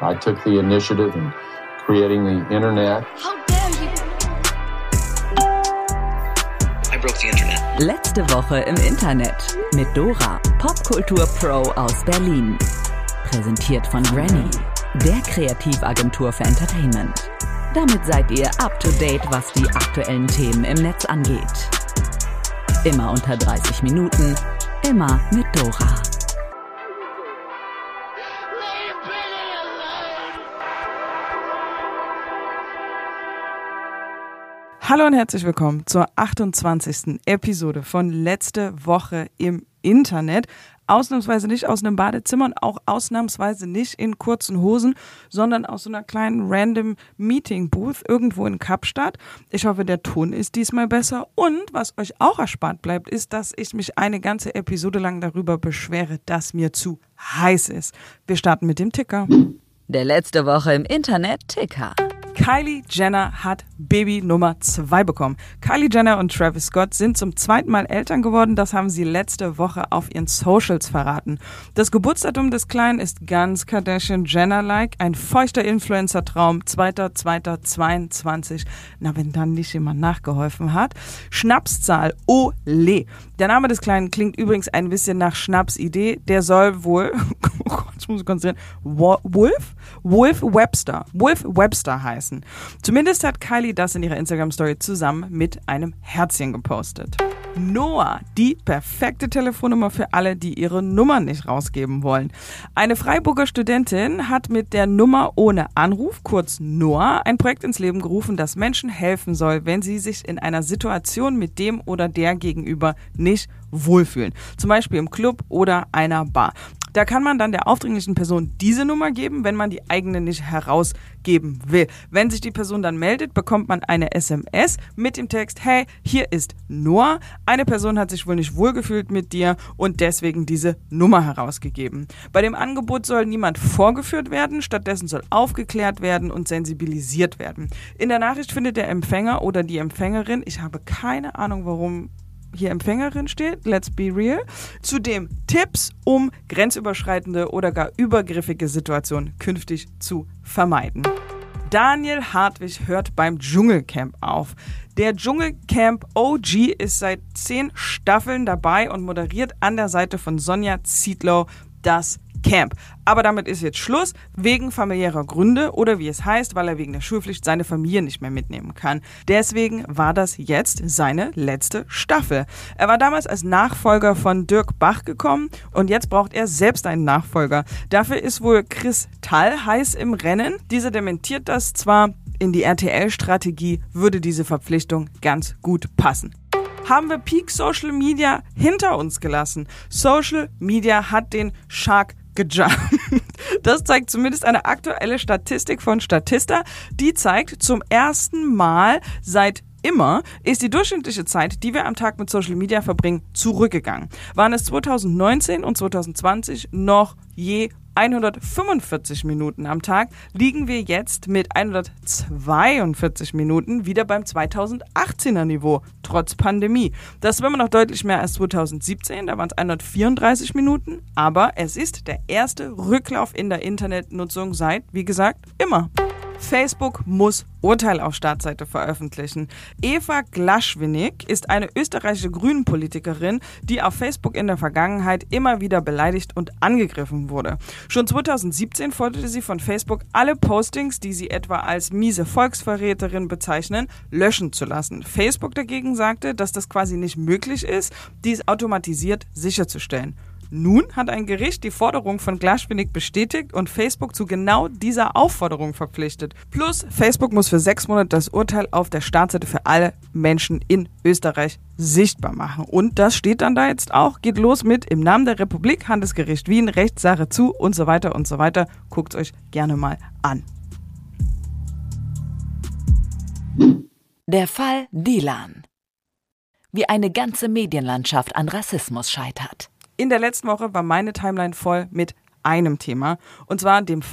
I took the initiative in creating the internet. How dare you? I broke the internet. Letzte Woche im Internet mit Dora, Popkultur-Pro aus Berlin. Präsentiert von Granny, der Kreativagentur für Entertainment. Damit seid ihr up to date, was die aktuellen Themen im Netz angeht. Immer unter 30 Minuten, immer mit Dora. Hallo und herzlich willkommen zur 28. Episode von Letzte Woche im Internet. Ausnahmsweise nicht aus einem Badezimmer und auch ausnahmsweise nicht in kurzen Hosen, sondern aus so einer kleinen random Meeting Booth irgendwo in Kapstadt. Ich hoffe, der Ton ist diesmal besser. Und was euch auch erspart bleibt, ist, dass ich mich eine ganze Episode lang darüber beschwere, dass mir zu heiß ist. Wir starten mit dem Ticker. Der Letzte Woche im Internet Ticker. Kylie Jenner hat Baby Nummer 2 bekommen. Kylie Jenner und Travis Scott sind zum zweiten Mal Eltern geworden. Das haben sie letzte Woche auf ihren Socials verraten. Das Geburtsdatum des Kleinen ist ganz Kardashian-Jenner-like. Ein feuchter Influencer-Traum, 2.2.22. Na, wenn dann nicht jemand nachgeholfen hat. Schnapszahl, Ole. Der Name des Kleinen klingt übrigens ein bisschen nach Schnapsidee. Der soll wohl, oh Gott, ich muss mich konzentrieren, Wolf Webster heißen. Zumindest hat Kylie das in ihrer Instagram-Story zusammen mit einem Herzchen gepostet. Noah, die perfekte Telefonnummer für alle, die ihre Nummer nicht rausgeben wollen. Eine Freiburger Studentin hat mit der Nummer ohne Anruf, kurz Noah, ein Projekt ins Leben gerufen, das Menschen helfen soll, wenn sie sich in einer Situation mit dem oder der gegenüber nicht wohlfühlen. Zum Beispiel im Club oder einer Bar. Da kann man dann der aufdringlichen Person diese Nummer geben, wenn man die eigene nicht herausgeben will. Wenn sich die Person dann meldet, bekommt man eine SMS mit dem Text: Hey, hier ist Noah. Eine Person hat sich wohl nicht wohlgefühlt mit dir und deswegen diese Nummer herausgegeben. Bei dem Angebot soll niemand vorgeführt werden, stattdessen soll aufgeklärt werden und sensibilisiert werden. In der Nachricht findet der Empfänger oder die Empfängerin, ich habe keine Ahnung, warum hier Empfängerin steht, let's be real, zudem Tipps, um grenzüberschreitende oder gar übergriffige Situationen künftig zu vermeiden. Daniel Hartwig hört beim Dschungelcamp auf. Der Dschungelcamp OG ist seit 10 Staffeln dabei und moderiert an der Seite von Sonja Zietlow das Camp. Aber damit ist jetzt Schluss, wegen familiärer Gründe oder wie es heißt, weil er wegen der Schulpflicht seine Familie nicht mehr mitnehmen kann. Deswegen war das jetzt seine letzte Staffel. Er war damals als Nachfolger von Dirk Bach gekommen und jetzt braucht er selbst einen Nachfolger. Dafür ist wohl Chris Tall heiß im Rennen. Dieser dementiert das zwar, in die RTL-Strategie würde diese Verpflichtung ganz gut passen. Haben wir Peak Social Media hinter uns gelassen. Social Media hat den Shark gejumpt. Das zeigt zumindest eine aktuelle Statistik von Statista. Die zeigt, zum ersten Mal seit immer ist die durchschnittliche Zeit, die wir am Tag mit Social Media verbringen, zurückgegangen. Waren es 2019 und 2020 noch je 145 Minuten am Tag, liegen wir jetzt mit 142 Minuten wieder beim 2018er Niveau, trotz Pandemie. Das war immer noch deutlich mehr als 2017, da waren es 134 Minuten, aber es ist der erste Rücklauf in der Internetnutzung seit, wie gesagt, immer. Facebook muss Urteil auf Startseite veröffentlichen. Eva Glaschwinnig ist eine österreichische Grünen-Politikerin, die auf Facebook in der Vergangenheit immer wieder beleidigt und angegriffen wurde. Schon 2017 forderte sie von Facebook, alle Postings, die sie etwa als miese Volksverräterin bezeichnen, löschen zu lassen. Facebook dagegen sagte, dass das quasi nicht möglich ist, dies automatisiert sicherzustellen. Nun hat ein Gericht die Forderung von Glaschwinnig bestätigt und Facebook zu genau dieser Aufforderung verpflichtet. Plus, Facebook muss für 6 Monate das Urteil auf der Startseite für alle Menschen in Österreich sichtbar machen. Und das steht dann da jetzt auch. Geht los mit im Namen der Republik, Handelsgericht Wien, Rechtssache zu und so weiter und so weiter. Guckt euch gerne mal an. Der Fall Dilan. Wie eine ganze Medienlandschaft an Rassismus scheitert. In der letzten Woche war meine Timeline voll mit einem Thema, und zwar dem Fall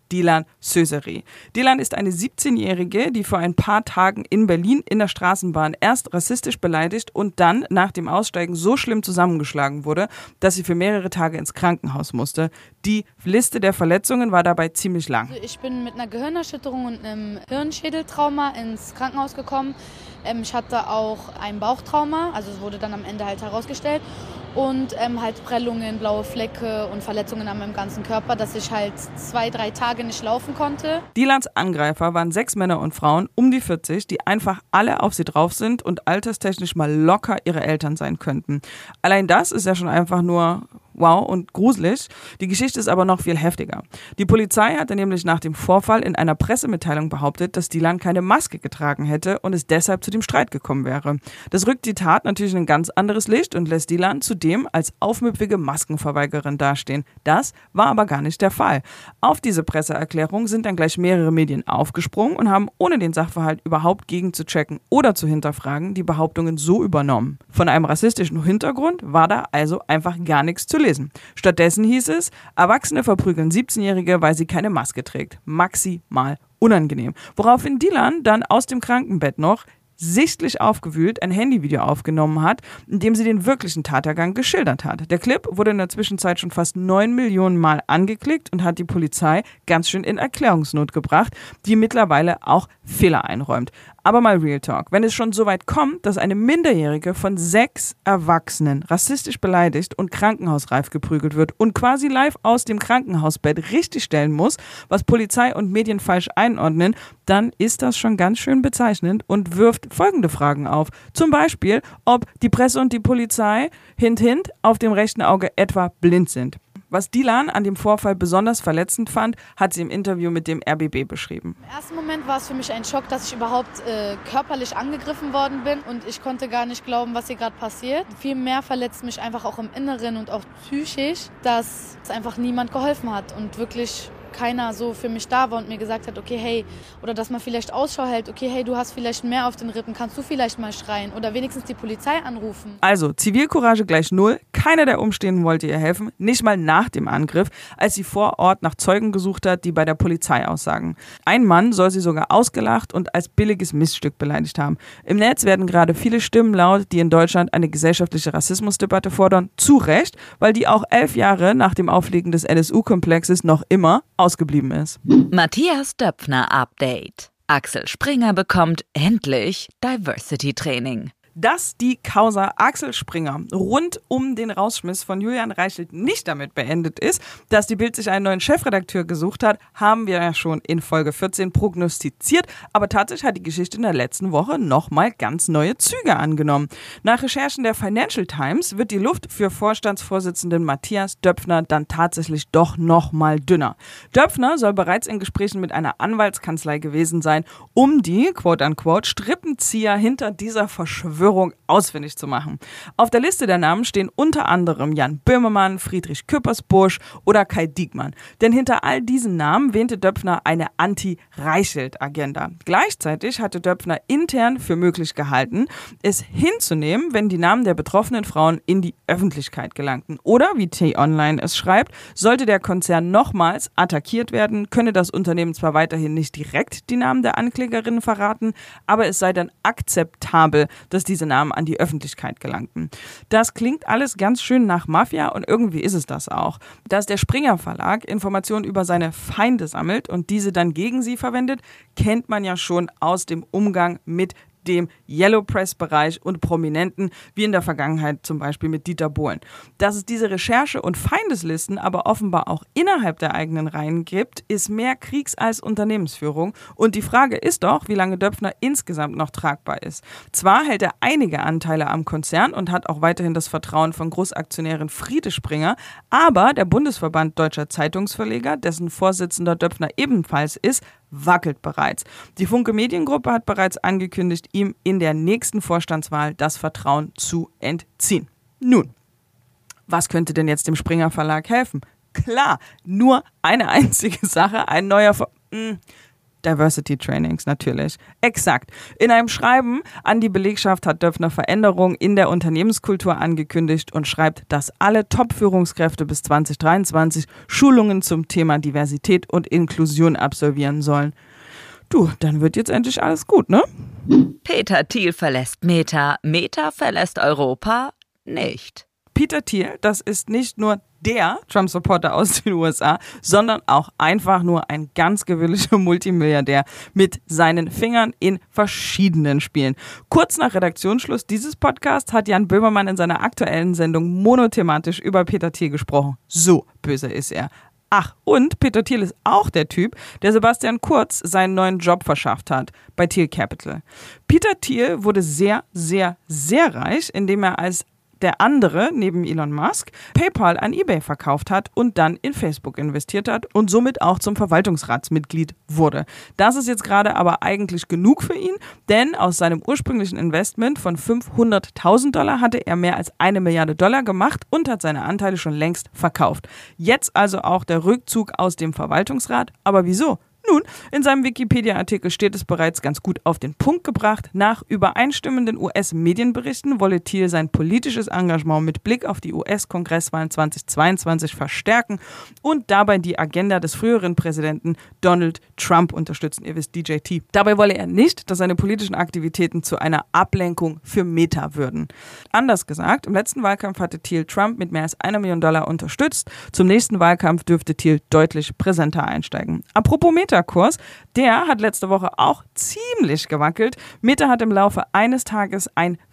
Dilan Sözery. Dilan ist eine 17-Jährige, die vor ein paar Tagen in Berlin in der Straßenbahn erst rassistisch beleidigt und dann nach dem Aussteigen so schlimm zusammengeschlagen wurde, dass sie für mehrere Tage ins Krankenhaus musste. Die Liste der Verletzungen war dabei ziemlich lang. Also ich bin mit einer Gehirnerschütterung und einem Hirnschädeltrauma ins Krankenhaus gekommen. Ich hatte auch ein Bauchtrauma, also es wurde dann am Ende halt herausgestellt. Und halt Prellungen, blaue Flecke und Verletzungen an meinem ganzen Körper, dass ich halt 2-3 Tage nicht laufen konnte. Dilans Angreifer waren 6 Männer und Frauen um die 40, die einfach alle auf sie drauf sind und alterstechnisch mal locker ihre Eltern sein könnten. Allein das ist ja schon einfach nur wow und gruselig. Die Geschichte ist aber noch viel heftiger. Die Polizei hatte nämlich nach dem Vorfall in einer Pressemitteilung behauptet, dass Dilan keine Maske getragen hätte und es deshalb zu dem Streit gekommen wäre. Das rückt die Tat natürlich in ein ganz anderes Licht und lässt Dilan zudem als aufmüpfige Maskenverweigerin dastehen. Das war aber gar nicht der Fall. Auf diese Presseerklärung sind dann gleich mehrere Medien aufgesprungen und haben, ohne den Sachverhalt überhaupt gegenzuchecken oder zu hinterfragen, die Behauptungen so übernommen. Von einem rassistischen Hintergrund war da also einfach gar nichts zu lesen. Stattdessen hieß es, Erwachsene verprügeln 17-Jährige, weil sie keine Maske trägt. Maximal unangenehm. Woraufhin Dilan dann aus dem Krankenbett noch sichtlich aufgewühlt ein Handyvideo aufgenommen hat, in dem sie den wirklichen Tathergang geschildert hat. Der Clip wurde in der Zwischenzeit schon fast 9 Millionen Mal angeklickt und hat die Polizei ganz schön in Erklärungsnot gebracht, die mittlerweile auch Fehler einräumt. Aber mal Real Talk. Wenn es schon so weit kommt, dass eine Minderjährige von 6 Erwachsenen rassistisch beleidigt und krankenhausreif geprügelt wird und quasi live aus dem Krankenhausbett richtigstellen muss, was Polizei und Medien falsch einordnen, dann ist das schon ganz schön bezeichnend und wirft folgende Fragen auf. Zum Beispiel, ob die Presse und die Polizei hint auf dem rechten Auge etwa blind sind. Was Dilan an dem Vorfall besonders verletzend fand, hat sie im Interview mit dem RBB beschrieben. Im ersten Moment war es für mich ein Schock, dass ich überhaupt körperlich angegriffen worden bin und ich konnte gar nicht glauben, was hier gerade passiert. Viel mehr verletzt mich einfach auch im Inneren und auch psychisch, dass es einfach niemand geholfen hat und wirklich keiner so für mich da war und mir gesagt hat, okay, hey, oder dass man vielleicht Ausschau hält, okay, hey, du hast vielleicht mehr auf den Rippen, kannst du vielleicht mal schreien oder wenigstens die Polizei anrufen. Also, Zivilcourage gleich 0, keiner der Umstehenden wollte ihr helfen, nicht mal nach dem Angriff, als sie vor Ort nach Zeugen gesucht hat, die bei der Polizei aussagen. Ein Mann soll sie sogar ausgelacht und als billiges Miststück beleidigt haben. Im Netz werden gerade viele Stimmen laut, die in Deutschland eine gesellschaftliche Rassismusdebatte fordern, zu Recht, weil die auch 11 Jahre nach dem Aufliegen des NSU-Komplexes noch immer ausgeblieben ist. Matthias Döpfner Update. Axel Springer bekommt endlich Diversity-Training. Dass die Causa Axel Springer rund um den Rausschmiss von Julian Reichelt nicht damit beendet ist, dass die Bild sich einen neuen Chefredakteur gesucht hat, haben wir ja schon in Folge 14 prognostiziert, aber tatsächlich hat die Geschichte in der letzten Woche nochmal ganz neue Züge angenommen. Nach Recherchen der Financial Times wird die Luft für Vorstandsvorsitzenden Matthias Döpfner dann tatsächlich doch nochmal dünner. Döpfner soll bereits in Gesprächen mit einer Anwaltskanzlei gewesen sein, um die, quote-unquote, Strippenzieher hinter dieser Verschwörung ausfindig zu machen. Auf der Liste der Namen stehen unter anderem Jan Böhmermann, Friedrich Küppersbusch oder Kai Diekmann. Denn hinter all diesen Namen wähnte Döpfner eine Anti-Reichelt-Agenda. Gleichzeitig hatte Döpfner intern für möglich gehalten, es hinzunehmen, wenn die Namen der betroffenen Frauen in die Öffentlichkeit gelangten. Oder, wie T-Online es schreibt, sollte der Konzern nochmals attackiert werden, könne das Unternehmen zwar weiterhin nicht direkt die Namen der Anklägerinnen verraten, aber es sei dann akzeptabel, dass diese Namen an die Öffentlichkeit gelangten. Das klingt alles ganz schön nach Mafia und irgendwie ist es das auch. Dass der Springer Verlag Informationen über seine Feinde sammelt und diese dann gegen sie verwendet, kennt man ja schon aus dem Umgang mit dem Yellow Press-Bereich und Prominenten, wie in der Vergangenheit zum Beispiel mit Dieter Bohlen. Dass es diese Recherche- und Feindeslisten aber offenbar auch innerhalb der eigenen Reihen gibt, ist mehr Kriegs- als Unternehmensführung. Und die Frage ist doch, wie lange Döpfner insgesamt noch tragbar ist. Zwar hält er einige Anteile am Konzern und hat auch weiterhin das Vertrauen von Großaktionärin Friede Springer, aber der Bundesverband Deutscher Zeitungsverleger, dessen Vorsitzender Döpfner ebenfalls ist, wackelt bereits. Die Funke Mediengruppe hat bereits angekündigt, ihm in der nächsten Vorstandswahl das Vertrauen zu entziehen. Nun, was könnte denn jetzt dem Springer Verlag helfen? Klar, nur eine einzige Sache, ein neuer Diversity Trainings natürlich. Exakt. In einem Schreiben an die Belegschaft hat Döpfner Veränderungen in der Unternehmenskultur angekündigt und schreibt, dass alle Top-Führungskräfte bis 2023 Schulungen zum Thema Diversität und Inklusion absolvieren sollen. Du, dann wird jetzt endlich alles gut, ne? Peter Thiel verlässt Meta, Meta verlässt Europa nicht. Peter Thiel, das ist nicht nur der Trump-Supporter aus den USA, sondern auch einfach nur ein ganz gewöhnlicher Multimilliardär mit seinen Fingern in verschiedenen Spielen. Kurz nach Redaktionsschluss dieses Podcasts hat Jan Böhmermann in seiner aktuellen Sendung monothematisch über Peter Thiel gesprochen. So böse ist er. Ach, und Peter Thiel ist auch der Typ, der Sebastian Kurz seinen neuen Job verschafft hat bei Thiel Capital. Peter Thiel wurde sehr, sehr, sehr reich, indem er als der andere, neben Elon Musk, PayPal an eBay verkauft hat und dann in Facebook investiert hat und somit auch zum Verwaltungsratsmitglied wurde. Das ist jetzt gerade aber eigentlich genug für ihn, denn aus seinem ursprünglichen Investment von $500.000 hatte er mehr als $1 Milliarde gemacht und hat seine Anteile schon längst verkauft. Jetzt also auch der Rückzug aus dem Verwaltungsrat. Aber wieso? Nun, in seinem Wikipedia-Artikel steht es bereits ganz gut auf den Punkt gebracht. Nach übereinstimmenden US-Medienberichten wolle Thiel sein politisches Engagement mit Blick auf die US-Kongresswahlen 2022 verstärken und dabei die Agenda des früheren Präsidenten Donald Trump unterstützen. Ihr wisst, DJT. Dabei wolle er nicht, dass seine politischen Aktivitäten zu einer Ablenkung für Meta würden. Anders gesagt, im letzten Wahlkampf hatte Thiel Trump mit mehr als $1 Million unterstützt. Zum nächsten Wahlkampf dürfte Thiel deutlich präsenter einsteigen. Apropos Meta-Kurs, der hat letzte Woche auch ziemlich gewackelt. Meta hat im Laufe eines Tages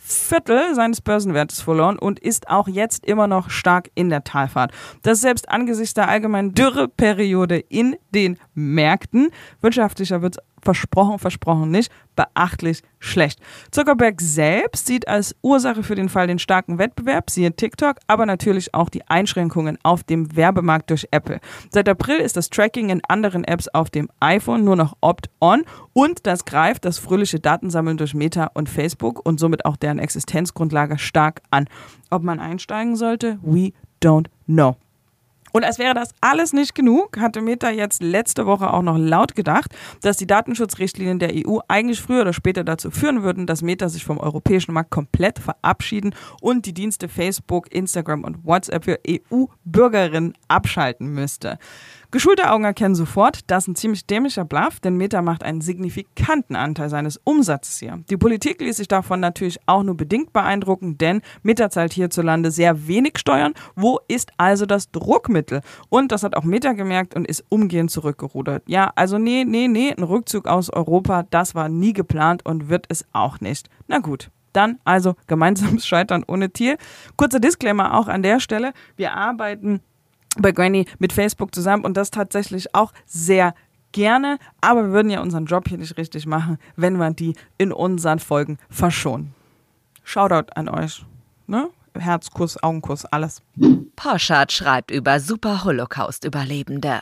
1/4 seines Börsenwertes verloren und ist auch jetzt immer noch stark in der Talfahrt. Das selbst angesichts der allgemeinen Dürreperiode in den Märkten. Wirtschaftlicher wird versprochen nicht, beachtlich schlecht. Zuckerberg selbst sieht als Ursache für den Fall den starken Wettbewerb, siehe TikTok, aber natürlich auch die Einschränkungen auf dem Werbemarkt durch Apple. Seit April ist das Tracking in anderen Apps auf dem iPhone nur noch Opt-on und das greift das fröhliche Datensammeln durch Meta und Facebook und somit auch deren Existenzgrundlage stark an. Ob man einsteigen sollte? We don't know. Und als wäre das alles nicht genug, hatte Meta jetzt letzte Woche auch noch laut gedacht, dass die Datenschutzrichtlinien der EU eigentlich früher oder später dazu führen würden, dass Meta sich vom europäischen Markt komplett verabschieden und die Dienste Facebook, Instagram und WhatsApp für EU-Bürgerinnen abschalten müsste. Geschulte Augen erkennen sofort, das ist ein ziemlich dämlicher Bluff, denn Meta macht einen signifikanten Anteil seines Umsatzes hier. Die Politik ließ sich davon natürlich auch nur bedingt beeindrucken, denn Meta zahlt hierzulande sehr wenig Steuern. Wo ist also das Druckmittel? Und das hat auch Meta gemerkt und ist umgehend zurückgerudert. Ja, also nee, ein Rückzug aus Europa, das war nie geplant und wird es auch nicht. Na gut. Dann also gemeinsames Scheitern ohne Thiel. Kurzer Disclaimer auch an der Stelle. Wir arbeiten bei Granny mit Facebook zusammen und das tatsächlich auch sehr gerne, aber wir würden ja unseren Job hier nicht richtig machen, wenn wir die in unseren Folgen verschonen. Shoutout an euch, ne? Herzkuss, Augenkuss, alles. Poschardt schreibt über Super-Holocaust-Überlebende.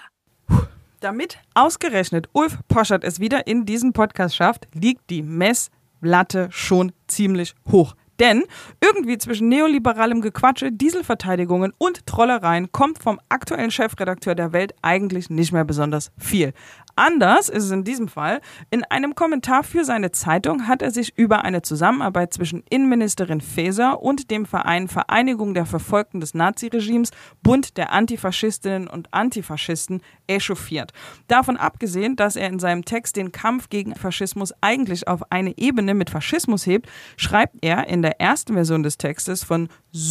Damit ausgerechnet Ulf Poschardt es wieder in diesen Podcast schafft, liegt die Messlatte schon ziemlich hoch. Denn irgendwie zwischen neoliberalem Gequatsche, Dieselverteidigungen und Trollereien kommt vom aktuellen Chefredakteur der Welt eigentlich nicht mehr besonders viel. Anders ist es in diesem Fall. In einem Kommentar für seine Zeitung hat er sich über eine Zusammenarbeit zwischen Innenministerin Faeser und dem Verein Vereinigung der Verfolgten des Naziregimes, Bund der Antifaschistinnen und Antifaschisten, echauffiert. Davon abgesehen, dass er in seinem Text den Kampf gegen Faschismus eigentlich auf eine Ebene mit Faschismus hebt, schreibt er in der ersten Version des Textes von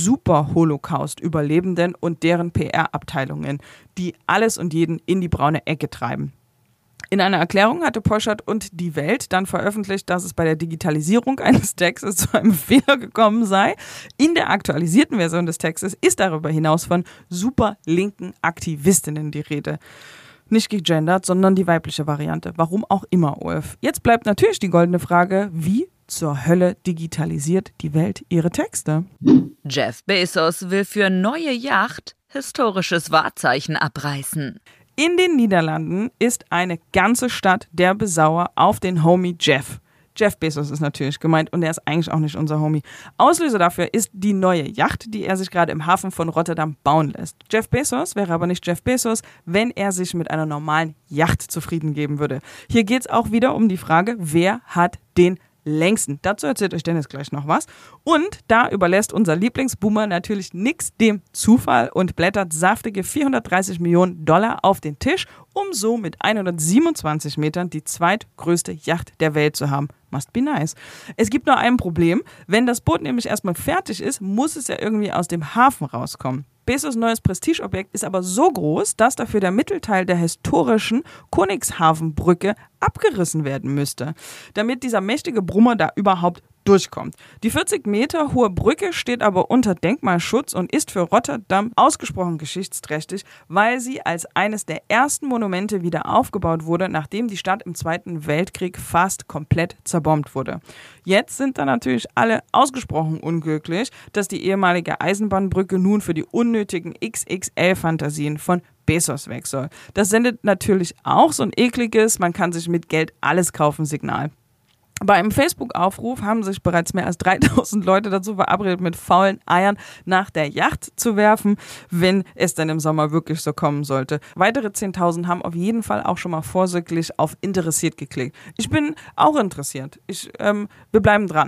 Super-Holocaust-Überlebenden und deren PR-Abteilungen, die alles und jeden in die braune Ecke treiben. In einer Erklärung hatte Poschardt und Die Welt dann veröffentlicht, dass es bei der Digitalisierung eines Textes zu einem Fehler gekommen sei. In der aktualisierten Version des Textes ist darüber hinaus von superlinken Aktivistinnen die Rede. Nicht gegendert, sondern die weibliche Variante. Warum auch immer, Ulf. Jetzt bleibt natürlich die goldene Frage, wie zur Hölle digitalisiert die Welt ihre Texte? Jeff Bezos will für neue Yacht historisches Wahrzeichen abreißen. In den Niederlanden ist eine ganze Stadt der Besauer auf den Homie Jeff. Jeff Bezos ist natürlich gemeint und der ist eigentlich auch nicht unser Homie. Auslöser dafür ist die neue Yacht, die er sich gerade im Hafen von Rotterdam bauen lässt. Jeff Bezos wäre aber nicht Jeff Bezos, wenn er sich mit einer normalen Yacht zufrieden geben würde. Hier geht es auch wieder um die Frage, wer hat den längsten. Dazu erzählt euch Dennis gleich noch was. Und da überlässt unser Lieblingsboomer natürlich nichts dem Zufall und blättert saftige $430 Millionen auf den Tisch, um so mit 127 Metern die zweitgrößte Yacht der Welt zu haben. Must be nice. Es gibt nur ein Problem. Wenn das Boot nämlich erstmal fertig ist, muss es ja irgendwie aus dem Hafen rauskommen. Bezos neues Prestigeobjekt ist aber so groß, dass dafür der Mittelteil der historischen Königshafenbrücke abgerissen werden müsste, damit dieser mächtige Brummer da überhaupt durchkommt. Die 40 Meter hohe Brücke steht aber unter Denkmalschutz und ist für Rotterdam ausgesprochen geschichtsträchtig, weil sie als eines der ersten Monumente wieder aufgebaut wurde, nachdem die Stadt im Zweiten Weltkrieg fast komplett zerbombt wurde. Jetzt sind da natürlich alle ausgesprochen unglücklich, dass die ehemalige Eisenbahnbrücke nun für die unnötigen XXL-Fantasien von Bezos weg soll. Das sendet natürlich auch so ein ekliges, man kann sich mit Geld alles kaufen Signal. Bei einem Facebook-Aufruf haben sich bereits mehr als 3000 Leute dazu verabredet, mit faulen Eiern nach der Yacht zu werfen, wenn es dann im Sommer wirklich so kommen sollte. Weitere 10.000 haben auf jeden Fall auch schon mal vorsorglich auf interessiert geklickt. Ich bin auch interessiert. Wir bleiben dran.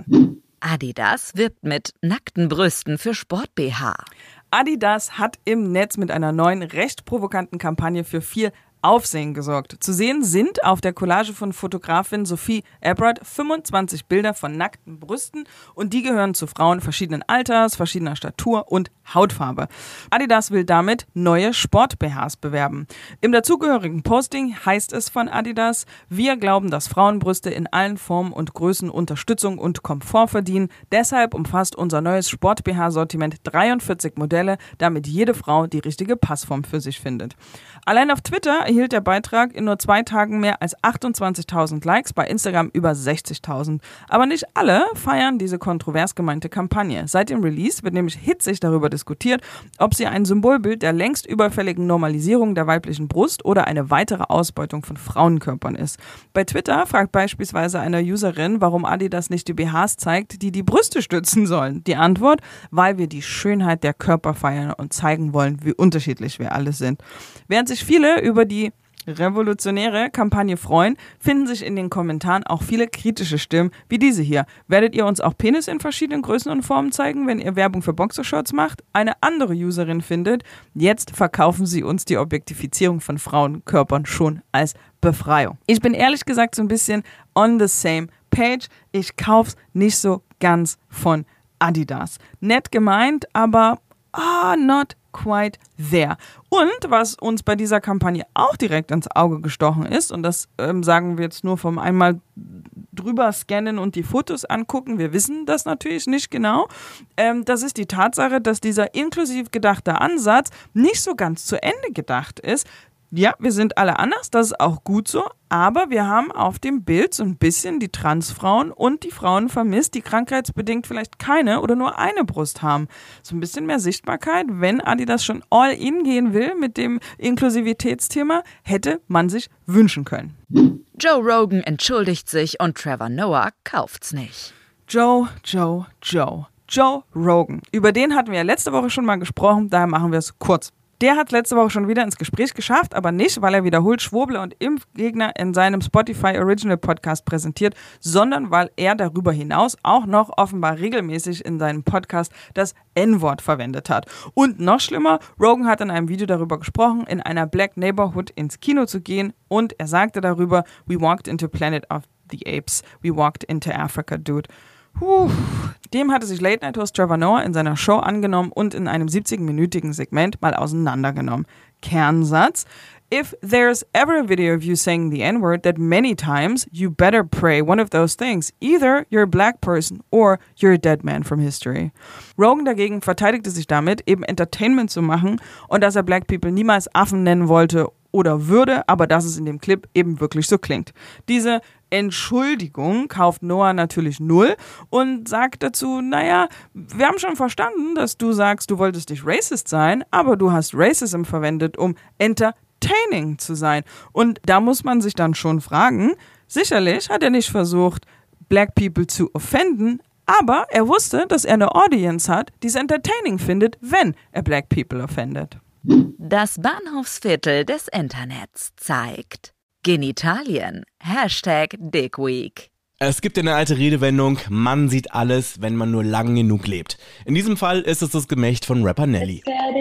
Adidas wirbt mit nackten Brüsten für Sport-BH. Adidas hat im Netz mit einer neuen, recht provokanten Kampagne für viel Aufsehen gesorgt. Zu sehen sind auf der Collage von Fotografin Sophie Ebrard 25 Bilder von nackten Brüsten und die gehören zu Frauen verschiedenen Alters, verschiedener Statur und Hautfarbe. Adidas will damit neue Sport-BHs bewerben. Im dazugehörigen Posting heißt es von Adidas: Wir glauben, dass Frauenbrüste in allen Formen und Größen Unterstützung und Komfort verdienen. Deshalb umfasst unser neues Sport-BH-Sortiment 43 Modelle, damit jede Frau die richtige Passform für sich findet. Allein auf Twitter erhielt der Beitrag in nur 2 Tagen mehr als 28.000 Likes, bei Instagram über 60.000. Aber nicht alle feiern diese kontrovers gemeinte Kampagne. Seit dem Release wird nämlich hitzig darüber diskutiert, ob sie ein Symbolbild der längst überfälligen Normalisierung der weiblichen Brust oder eine weitere Ausbeutung von Frauenkörpern ist. Bei Twitter fragt beispielsweise eine Userin, warum Adidas nicht die BHs zeigt, die die Brüste stützen sollen. Die Antwort: weil wir die Schönheit der Körper feiern und zeigen wollen, wie unterschiedlich wir alle sind. Während sich viele über die revolutionäre Kampagne freuen, finden sich in den Kommentaren auch viele kritische Stimmen, wie diese hier. Werdet ihr uns auch Penis in verschiedenen Größen und Formen zeigen, wenn ihr Werbung für Boxershorts macht? Eine andere Userin findet, jetzt verkaufen sie uns die Objektifizierung von Frauenkörpern schon als Befreiung. Ich bin ehrlich gesagt so ein bisschen on the same page. Ich kauf's nicht so ganz von Adidas. Nett gemeint, aber not quite there. Und was uns bei dieser Kampagne auch direkt ins Auge gestochen ist, und das sagen wir jetzt nur vom einmal drüber scannen und die Fotos angucken, wir wissen das natürlich nicht genau, das ist die Tatsache, dass dieser inklusiv gedachte Ansatz nicht so ganz zu Ende gedacht ist. Ja, wir sind alle anders, das ist auch gut so, aber wir haben auf dem Bild so ein bisschen die Transfrauen und die Frauen vermisst, die krankheitsbedingt vielleicht keine oder nur eine Brust haben. So ein bisschen mehr Sichtbarkeit, wenn Adidas schon all in gehen will mit dem Inklusivitätsthema, hätte man sich wünschen können. Joe Rogan entschuldigt sich und Trevor Noah kauft's nicht. Joe Rogan. Über den hatten wir ja letzte Woche schon mal gesprochen, daher machen wir es kurz. Der hat letzte Woche schon wieder ins Gespräch geschafft, aber nicht, weil er wiederholt Schwurbler und Impfgegner in seinem Spotify Original Podcast präsentiert, sondern weil er darüber hinaus auch noch offenbar regelmäßig in seinem Podcast das N-Wort verwendet hat. Und noch schlimmer, Rogan hat in einem Video darüber gesprochen, in einer Black Neighborhood ins Kino zu gehen, und er sagte darüber: We walked into Planet of the Apes, we walked into Africa, dude. Dem hatte sich Late-Night-Host Trevor Noah in seiner Show angenommen und in einem 70-minütigen Segment mal auseinandergenommen. Kernsatz: If there's ever a video of you saying the N-word that many times, you better pray one of those things. Either you're a black person or you're a dead man from history. Rogan dagegen verteidigte sich damit, eben Entertainment zu machen und dass er Black People niemals Affen nennen wollte oder würde, aber dass es in dem Clip eben wirklich so klingt. Diese Entschuldigung kauft Noah natürlich null und sagt dazu: Naja, wir haben schon verstanden, dass du sagst, du wolltest nicht racist sein, aber du hast Racism verwendet, um entertaining zu sein. Und da muss man sich dann schon fragen, sicherlich hat er nicht versucht, Black People zu offenden, aber er wusste, dass er eine Audience hat, die es entertaining findet, wenn er Black People offendet. Das Bahnhofsviertel des Internets zeigt Genitalien, #Dickweek. Es gibt eine alte Redewendung, man sieht alles, wenn man nur lang genug lebt. In diesem Fall ist es das Gemächt von Rapper Nelly.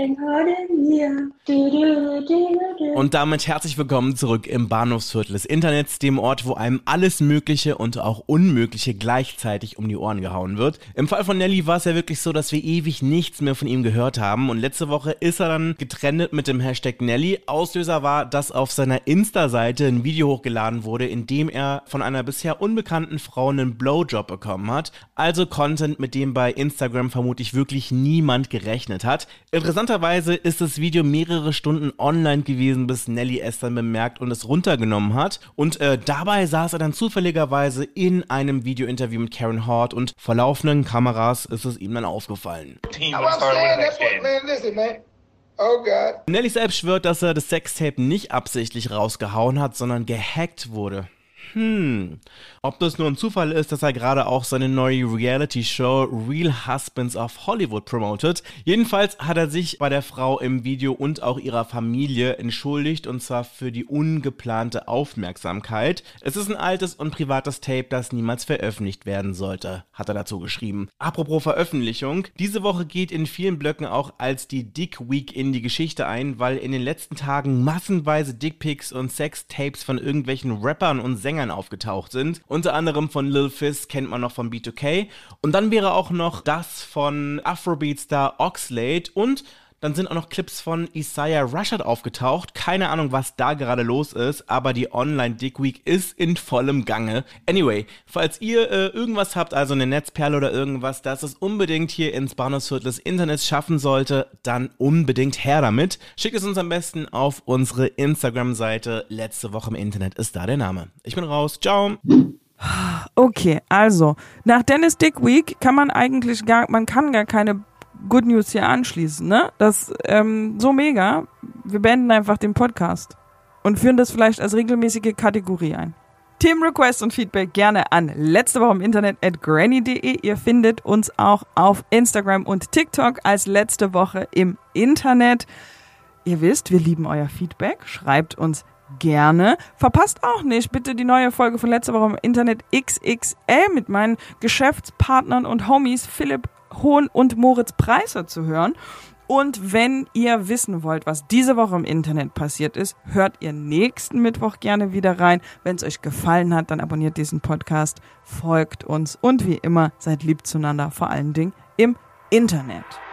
Und damit herzlich willkommen zurück im Bahnhofsviertel des Internets, dem Ort, wo einem alles Mögliche und auch Unmögliche gleichzeitig um die Ohren gehauen wird. Im Fall von Nelly war es ja wirklich so, dass wir ewig nichts mehr von ihm gehört haben und letzte Woche ist er dann getrennt mit dem #Nelly. Auslöser war, dass auf seiner Insta-Seite ein Video hochgeladen wurde, in dem er von einer bisher unbekannten Frau einen Blowjob bekommen hat. Also Content, mit dem bei Instagram vermutlich wirklich niemand gerechnet hat. Interessanterweise ist das Video mehrere Stunden online gewesen, bis Nelly es dann bemerkt und es runtergenommen hat. Und dabei saß er dann zufälligerweise in einem Videointerview mit Karen Hort und vor laufenden Kameras ist es ihm dann aufgefallen. Oh God. Nelly selbst schwört, dass er das Sextape nicht absichtlich rausgehauen hat, sondern gehackt wurde. Ob das nur ein Zufall ist, dass er gerade auch seine neue Reality-Show Real Husbands of Hollywood promotet. Jedenfalls hat er sich bei der Frau im Video und auch ihrer Familie entschuldigt und zwar für die ungeplante Aufmerksamkeit. Es ist ein altes und privates Tape, das niemals veröffentlicht werden sollte, hat er dazu geschrieben. Apropos Veröffentlichung, diese Woche geht in vielen Blöcken auch als die Dick Week in die Geschichte ein, weil in den letzten Tagen massenweise Dickpics und Sextapes von irgendwelchen Rappern und Sängern aufgetaucht sind. Unter anderem von Lil Fizz kennt man noch von B2K. Und dann wäre auch noch das von Afrobeat-Star Oxlade und dann sind auch noch Clips von Isaiah Rashad aufgetaucht. Keine Ahnung, was da gerade los ist, aber die Online-Dick Week ist in vollem Gange. Anyway, falls ihr irgendwas habt, also eine Netzperle oder irgendwas, das es unbedingt hier ins Bahnhofsviertel des Internets schaffen sollte, dann unbedingt her damit. Schickt es uns am besten auf unsere Instagram-Seite. Letzte Woche im Internet ist da der Name. Ich bin raus. Ciao. Okay, also, nach Dennis Dick Week kann man kann gar keine Good News hier anschließen, ne? Das, so mega. Wir beenden einfach den Podcast und führen das vielleicht als regelmäßige Kategorie ein. Themenrequests und Feedback gerne an letzte Woche im Internet @granny.de. Ihr findet uns auch auf Instagram und TikTok als letzte Woche im Internet. Ihr wisst, wir lieben euer Feedback. Schreibt uns gerne. Verpasst auch nicht bitte die neue Folge von letzter Woche im Internet XXL mit meinen Geschäftspartnern und Homies Philipp Hohn und Moritz Preiser zu hören. Und wenn ihr wissen wollt, was diese Woche im Internet passiert ist, hört ihr nächsten Mittwoch gerne wieder rein. Wenn es euch gefallen hat, dann abonniert diesen Podcast, folgt uns und wie immer, seid lieb zueinander, vor allen Dingen im Internet.